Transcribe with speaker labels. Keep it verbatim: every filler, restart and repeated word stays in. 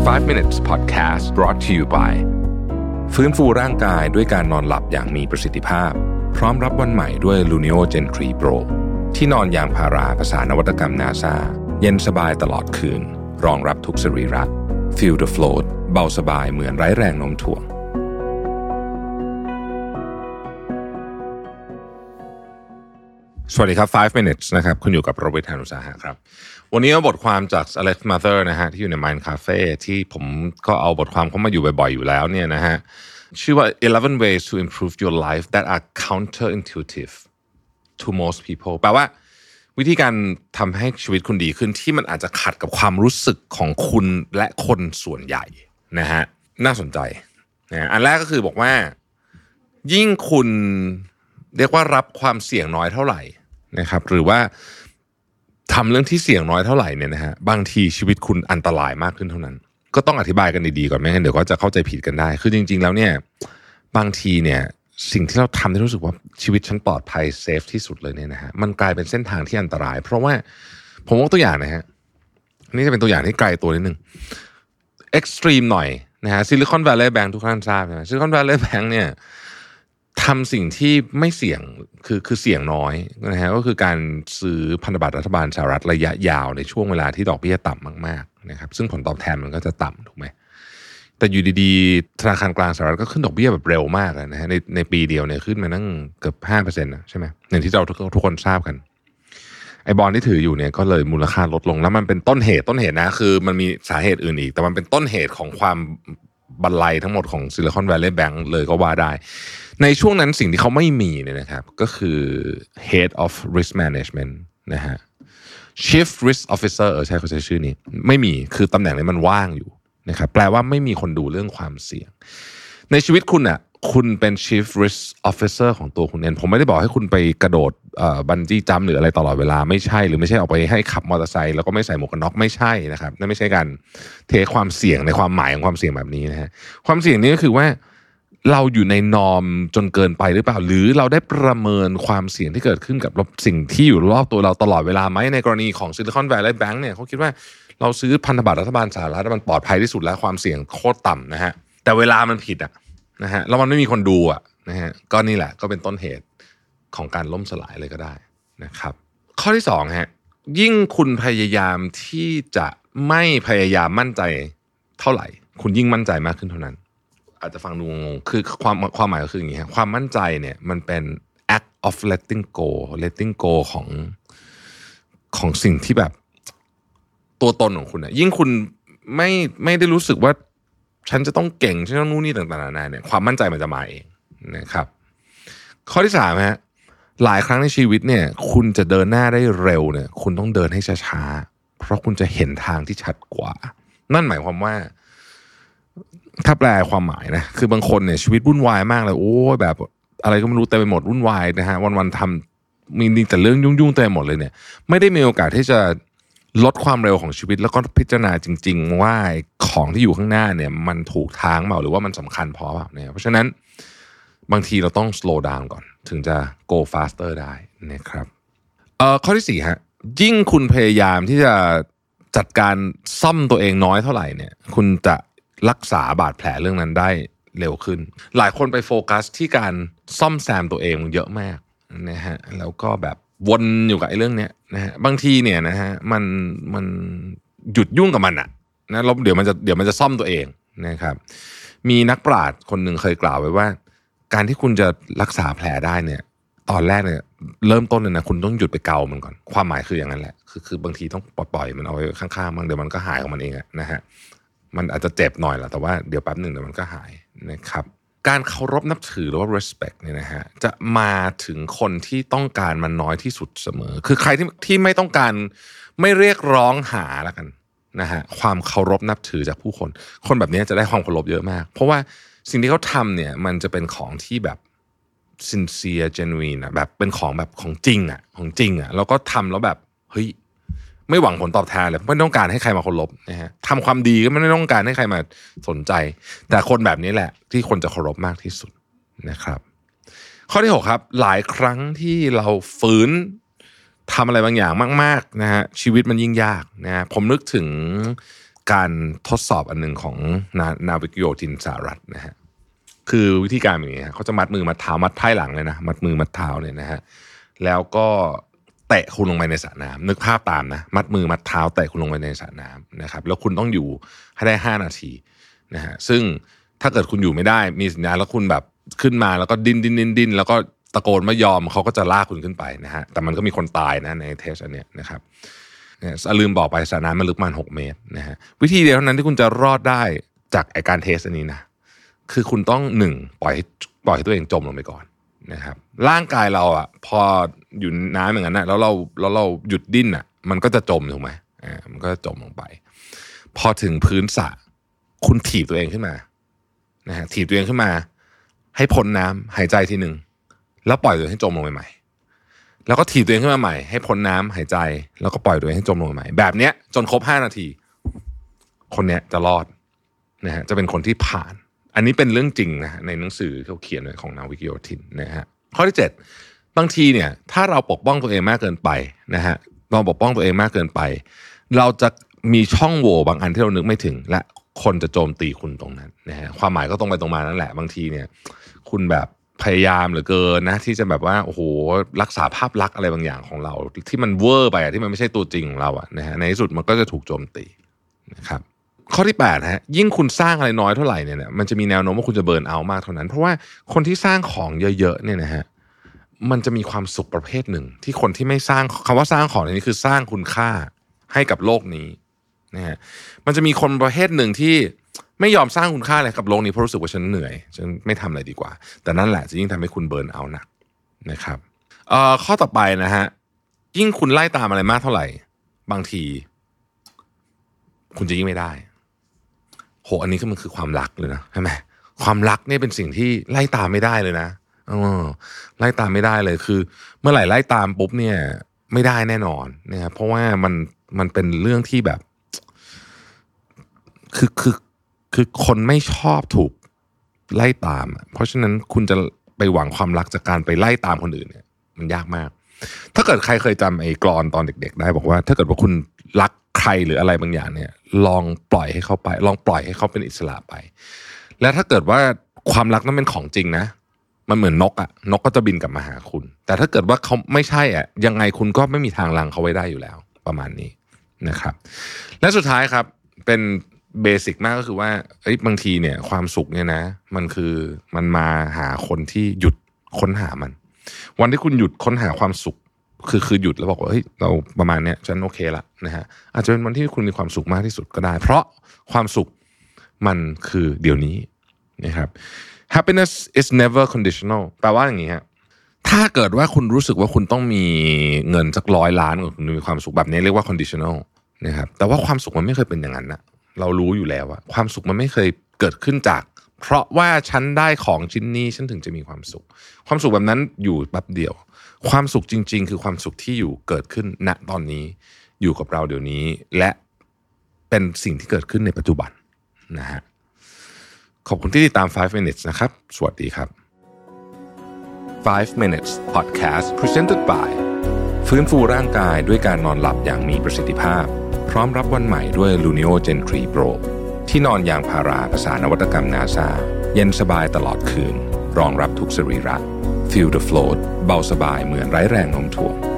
Speaker 1: five minutes podcast brought to you by ฟื้นฟูร่างกายด้วยการนอนหลับอย่างมีประสิทธิภาพพร้อมรับวันใหม่ด้วย Luno Gen ทรี Pro ที่นอนยางพาราภาษานวัตกรรม NASA เย็นสบายตลอดคืนรองรับทุกสรีระ Feel the float เบาสบายเหมือนไร้แรงโน้มถ่วงสวัสดีครับfive minutes นะครับคุณอยู่กับโรเบิร์ต หาญอุตสาหะครับวันนี้เอาบทความจาก Alex Mather นะฮะที่อยู่ใน Mind Cafe ที่ผมก็เอาบทความเข้ามาอยู่บ่อยๆอยู่แล้วเนี่ยนะฮะชื่อว่าeleven ways to improve your life that are counterintuitive to most people แปลว่าวิธีการทำให้ชีวิตคุณดีขึ้นที่มันอาจจะขัดกับความรู้สึกของคุณและคนส่วนใหญ่นะฮะน่าสนใจนะอันแรกก็คือบอกว่ายิ่งคุณเรียกว่ารับความเสี่ยงน้อยเท่าไหร่นะครับหรือว่าทำเรื่องที่เสี่ยงน้อยเท่าไหร่เนี่ยนะฮะบางทีชีวิตคุณอันตรายมากขึ้นเท่านั้นก็ต้องอธิบายกันดีๆก่อนไม่งั้นเดี๋ยวก็จะเข้าใจผิดกันได้คือจริงๆแล้วเนี่ยบางทีเนี่ยสิ่งที่เราทำที่รู้สึกว่าชีวิตฉันปลอดภัยเซฟที่สุดเลยเนี่ยนะฮะมันกลายเป็นเส้นทางที่อันตรายเพราะว่าผมยกตัวอย่างนะฮะนี่จะเป็นตัวอย่างที่ไกลตัวนิดนึงเอ็กซ์ตรีมหน่อยนะฮะซิลิคอนแวลเลย์แบงค์ทุกท่านทราบใช่ไหมซิลิคอนแวลเลย์แบงค์เนี่ยทำสิ่งที่ไม่เสี่ยงคือคือเสี่ยงน้อยนะฮะก็คือการซื้อพันธบัตรรัฐบาลสหรัฐระยะยาวในช่วงเวลาที่ดอกเบี้ยต่ำมากๆนะครับซึ่งผลตอบแทนมันก็จะต่ำถูกไหมแต่อยู่ดีๆธนาคารกลางสหรัฐก็ขึ้นดอกเบี้ยแบบเร็วมากนะฮะในในปีเดียวเนี่ยขึ้นมาตั้งเกือบ ห้าเปอร์เซ็นต์ นะใช่ไหมอย่างที่เราทุกทุกคนทราบกันไอ้บอนด์ที่ถืออยู่เนี่ยก็เลยมูลค่าลดลงแล้วมันเป็นต้นเหตุต้นเหตุนะคือมันมีสาเหตุอื่นอีกแต่มันเป็นต้นเหตุของความบันไลทั้งหมดของซิลิคอนแวลเลย์แบงค์เลยก็ว่าได้ในช่วงนั้นสิ่งที่เขาไม่มีเนี่ยนะครับก็คือ head of risk management นะฮะ chief risk officer เออใช่เขาใช้ชื่อนี้ไม่มีคือตำแหน่งนี้มันว่างอยู่นะครับแปลว่าไม่มีคนดูเรื่องความเสี่ยงในชีวิตคุณอ่ะคุณเป็น chief risk officer ของตัวคุณเองผมไม่ได้บอกให้คุณไปกระโดดเอ่อบันจี้จัมป์หรืออะไรตลอดเวลาไม่ใช่หรือไม่ใช่ออกไปให้ขับมอเตอร์ไซค์แล้วก็ไม่ใส่หมวกกันน็อกไม่ใช่นะครับนั่นไม่ใช่การเทความเสี่ยงในความหมายของความเสี่ยงแบบนี้นะฮะความเสี่ยงนี้ก็คือว่าเราอยู่ในนอร์มจนเกินไปหรือเปล่าหรือเราได้ประเมินความเสี่ยงที่เกิดขึ้นกับสิ่งที่อยู่รอบตัวเราตลอดเวลาไหมในกรณีของ Silicon Valley Bank เนี่ยเขาคิดว่าเราซื้อพันธบัตรรัฐบาลสหรัฐมันปลอดภัยที่สุดแล้วความเสี่ยงโคตรต่ำนะฮะแต่เวลามันผิดอ่ะนะฮะแล้วมันไม่มีคนดูอ่ะนะฮะก็นี่แหละก็เป็นต้นเหตุของการล่มสลายเลยก็ได้นะครับข้อที่สองฮะยิ่งคุณพยายามที่จะไม่พยายามมั่นใจเท่าไหร่คุณยิ่งมั่นใจมากขึ้นเท่านั้นอาจจะฟังดูงงคือความความหมายก็คืออย่างนี้ครับความมั่นใจเนี่ยมันเป็น act of letting go letting go ของของสิ่งที่แบบตัวตนของคุณนะยิ่งคุณไม่ไม่ได้รู้สึกว่าฉันจะต้องเก่งฉันต้องนู่นนี่ต่างๆนานาเนี่ยความมั่นใจมันจะมาเองนะครับข้อที่สามฮะหลายครั้งในชีวิตเนี่ยคุณจะเดินหน้าได้เร็วเนี่ยคุณต้องเดินให้ช้าๆเพราะคุณจะเห็นทางที่ชัดกว่านั่นหมายความว่าถ้าแปลความหมายนะคือบางคนเนี่ยชีวิตวุ่นวายมากเลยโอ้แบบอะไรก็ไม่รู้เต็มไปหมดวุ่นวายนะฮะวันๆทำมีแต่เรื่องยุ่งๆเต็มหมดเลยเนี่ยไม่ได้มีโอกาสที่จะลดความเร็วของชีวิตแล้วก็พิจารณาจริงๆว่าของที่อยู่ข้างหน้าเนี่ยมันถูกทางเปล่าหรือว่ามันสำคัญพอเปล่าเนี่ยเพราะฉะนั้นบางทีเราต้อง slow down ก่อนถึงจะ go faster ได้นะครับเอ่อข้อที่สี่ฮะยิ่งคุณพยายามที่จะจัดการซ่อมตัวเองน้อยเท่าไหร่เนี่ยคุณจะรักษาบาดแผลเรื่องนั้นได้เร็วขึ้นหลายคนไปโฟกัสที่การซ่อมแซมตัวเองเยอะมากนะฮะแล้วก็แบบวนอยู่กับไอ้เรื่องเนี้ยนะฮะบางทีเนี่ยนะฮะมันมันหยุดยุ่งกับมันอะนะแล้วเดี๋ยวมันจะเดี๋ยวมันจะซ่อมตัวเองนะครับมีนักปราชญ์คนหนึ่งเคยกล่าวไว้ว่าการที่คุณจะรักษาแผลได้เนี่ยตอนแรกเนี่ยเริ่มต้นเลยนะคุณต้องหยุดไปเกามันก่อนความหมายคืออย่างนั้นแหละคือคือบางทีต้องปล่อยมันเอาไว้ข้างๆมันเดี๋ยวมันก็หายของมันเองอะนะฮะมันอาจจะเจ็บหน่อยแหละแต่ว่าเดี๋ยวแป๊บหนึ่งเดี๋ยวมันก็หายนะครับการเคารพนับถือหรือว่า respect เนี่ยนะฮะจะมาถึงคนที่ต้องการมันน้อยที่สุดเสมอคือใครที่ที่ไม่ต้องการไม่เรียกร้องหาแล้วกันนะฮะความเคารพนับถือจากผู้คนคนแบบนี้จะได้ความเคารพเยอะมากเพราะว่าสิ่งที่เขาทำเนี่ยมันจะเป็นของที่แบบ sincere genuine อะแบบเป็นของแบบของจริงอะของจริงอะแล้วก็ทำแล้วแบบเฮ้ยไม่หวังผลตอบแทนเลยไม่ต้องการให้ใครมาเคารพนะฮะทำความดีก็ไม่ได้ต้องการให้ใครมาสนใจแต่คนแบบนี้แหละที่คนจะเคารพมากที่สุดนะครับข้อที่หกครับหลายครั้งที่เราฝืนทำอะไรบางอย่างมากๆนะฮะชีวิตมันยิ่งยากนะฮะผมนึกถึงการทดสอบอันนึงของนานาวิกโยธินสหรัฐนะฮะคือวิธีการอย่างนี้เขาจะมัดมือมัดเท้ามัดไพ่หลังเลยนะมัดมือมัดเท้าเลยนะฮะแล้วก็เตะคุณลงไปในสระน้ำนึกภาพตามนะมัดมือมัดเท้าเตะคุณลงไปในสระน้ำนะครับแล้วคุณต้องอยู่ให้ได้ห้านาทีนะฮะซึ่งถ้าเกิดคุณอยู่ไม่ได้มีสัญญาณแล้วคุณแบบขึ้นมาแล้วก็ดิ้นดิ้นดิ้นดิ้นแล้วก็ตะโกนไม่ยอมเขาก็จะลากคุณขึ้นไปนะฮะแต่มันก็มีคนตายนะในเทสอันเนี้ยนะครับเนี่ยลืมบอกไปสระน้ำมันลึกประมาณหกเมตรนะฮะวิธีเดียวเท่านั้นที่คุณจะรอดได้จากไอ้การเทสอันนี้นะคือคุณต้องหนึ่งปล่อยปล่อยให้ตัวเองจมลงไปก่อนนะครับร่างกายเราอ่ะพออยู่น้ำอย่างนั้นนะแล้วเราแล้วเราหยุดดิ้นอ่ะมันก็จะจมถูกไหมอ่ามันก็จะจมลงไปพอถึงพื้นสระคุณถีบตัวเองขึ้นมานะฮะถีบตัวเองขึ้นมาให้พ้นน้ำหายใจทีหนึ่งแล้วปล่อยตัวเองให้จมลงไปใหม่แล้วก็ถีบตัวเองขึ้นมาใหม่ให้พ้นน้ำหายใจแล้วก็ปล่อยตัวเองให้จมลงไปใหม่แบบเนี้ยจนครบห้านาทีคนเนี้ยจะรอดนะฮะจะเป็นคนที่ผ่านอันนี้เป็นเรื่องจริงนะในหนังสือเขาเขียนไว้ของนาวิกโยธินนะฮะข้อที่เจ็ดบางทีเนี่ยถ้าเราปกป้องตัวเองมากเกินไปนะฮะเราปกป้องตัวเองมากเกินไปเราจะมีช่องโหว่บางอันที่เรานึกไม่ถึงและคนจะโจมตีคุณตรงนั้นนะฮะความหมายก็ตรงไปตรงมานั่นแหละบางทีเนี่ยคุณแบบพยายามเหลือเกินนะที่จะแบบว่าโอ้โหรักษาภาพลักษณ์อะไรบางอย่างของเราที่มันเวอร์ไปที่มันไม่ใช่ตัวจริงของเราอะนะฮะในที่สุดมันก็จะถูกโจมตีนะครับข้อที่แปดฮะยิ่งคุณสร้างอะไรน้อยเท่าไหร่เนี่ยมันจะมีแนวโน้มว่าคุณจะเบิร์นเอาท์มากเท่านั้นเพราะว่าคนที่สร้างของเยอะๆเนี่ยนะฮะมันจะมีความสุขประเภทหนึ่งที่คนที่ไม่สร้างคำว่าสร้างของนี่คือสร้างคุณค่าให้กับโลกนี้นะฮะมันจะมีคนประเภทหนึ่งที่ไม่ยอมสร้างคุณค่าอะไรกับโลกนี้เพราะรู้สึกว่าฉันเหนื่อยฉันไม่ทำอะไรดีกว่าแต่นั่นแหละจะยิ่งทำให้คุณเบิร์นเอาท์หนักนะครับเอ่อข้อต่อไปนะฮะยิ่งคุณไล่ตามอะไรมากเท่าไหร่บางทีคุณจะยิ่งไม่ได้โหอันนี้ก็มันคือความรักเลยนะใช่ไหมความรักนี่เป็นสิ่งที่ไล่ตามไม่ได้เลยนะเออไล่ตามไม่ได้เลยคือเมื่อไหร่ไล่ตามปุ๊บเนี่ยไม่ได้แน่นอนนะครับเพราะว่ามันมันเป็นเรื่องที่แบบคือคือคือคนไม่ชอบถูกไล่ตามเพราะฉะนั้นคุณจะไปหวังความรักจากการไปไล่ตามคนอื่นเนี่ยมันยากมากถ้าเกิดใครเคยจำไอ้กลอนตอนเด็กๆได้บอกว่าถ้าเกิดว่าคุณรักใครหรืออะไรบางอย่างเนี่ยลองปล่อยให้เขาไปลองปล่อยให้เขาเป็นอิสระไปแล้วถ้าเกิดว่าความรักนั้นเป็นของจริงนะมันเหมือนนกอ่ะนกก็จะบินกลับมาหาคุณแต่ถ้าเกิดว่าเขาไม่ใช่อ่ะยังไงคุณก็ไม่มีทางลังเขาไว้ได้อยู่แล้วประมาณนี้นะครับและสุดท้ายครับเป็นเบสิกมากก็คือว่าเอ้ยบางทีเนี่ยความสุขเนี่ยนะมันคือมันมาหาคนที่หยุดค้นหามันวันที่คุณหยุดค้นหาความสุขคือคือหยุดแล้วบอกว่าเฮ้ยเราประมาณเนี้ยฉันโอเคละนะฮะอาจจะเป็นวันที่คุณมีความสุขมากที่สุดก็ได้เพราะความสุขมันคือเดี๋ยวนี้นะครับ happiness is never conditional แปลว่าอย่างนี้ฮะถ้าเกิดว่าคุณรู้สึกว่าคุณต้องมีเงินสักร้อยล้านก่อนคุณมีความสุขแบบนี้เรียกว่า conditional นะครับแต่ว่าความสุขมันไม่เคยเป็นอย่างนั้นนะเรารู้อยู่แล้วว่าความสุขมันไม่เคยเกิดขึ้นจากเพราะว่าฉันได้ของชิ้นนี้ฉันถึงจะมีความสุขความสุขแบบนั้นอยู่แป๊บเดียวความสุขจริงๆคือความสุขที่อยู่เกิดขึ้นณตอนนี้อยู่กับเราเดี๋ยวนี้และเป็นสิ่งที่เกิดขึ้นในปัจจุบันนะฮะขอบคุณที่ติดตามไฟว์ minutes นะครับสวัสดีครับไฟว์ minutes podcast presented by ฟื้นฟูร่างกายด้วยการนอนหลับอย่างมีประสิทธิภาพพร้อมรับวันใหม่ด้วย Luno Gen ทรี Pro ที่นอนยางพาราภาษานวัตกรรม NASA เย็นสบายตลอดคืนรองรับทุกสรีระ Feel the float เบาสบายเหมือนไร้แรงโน้มถ่วง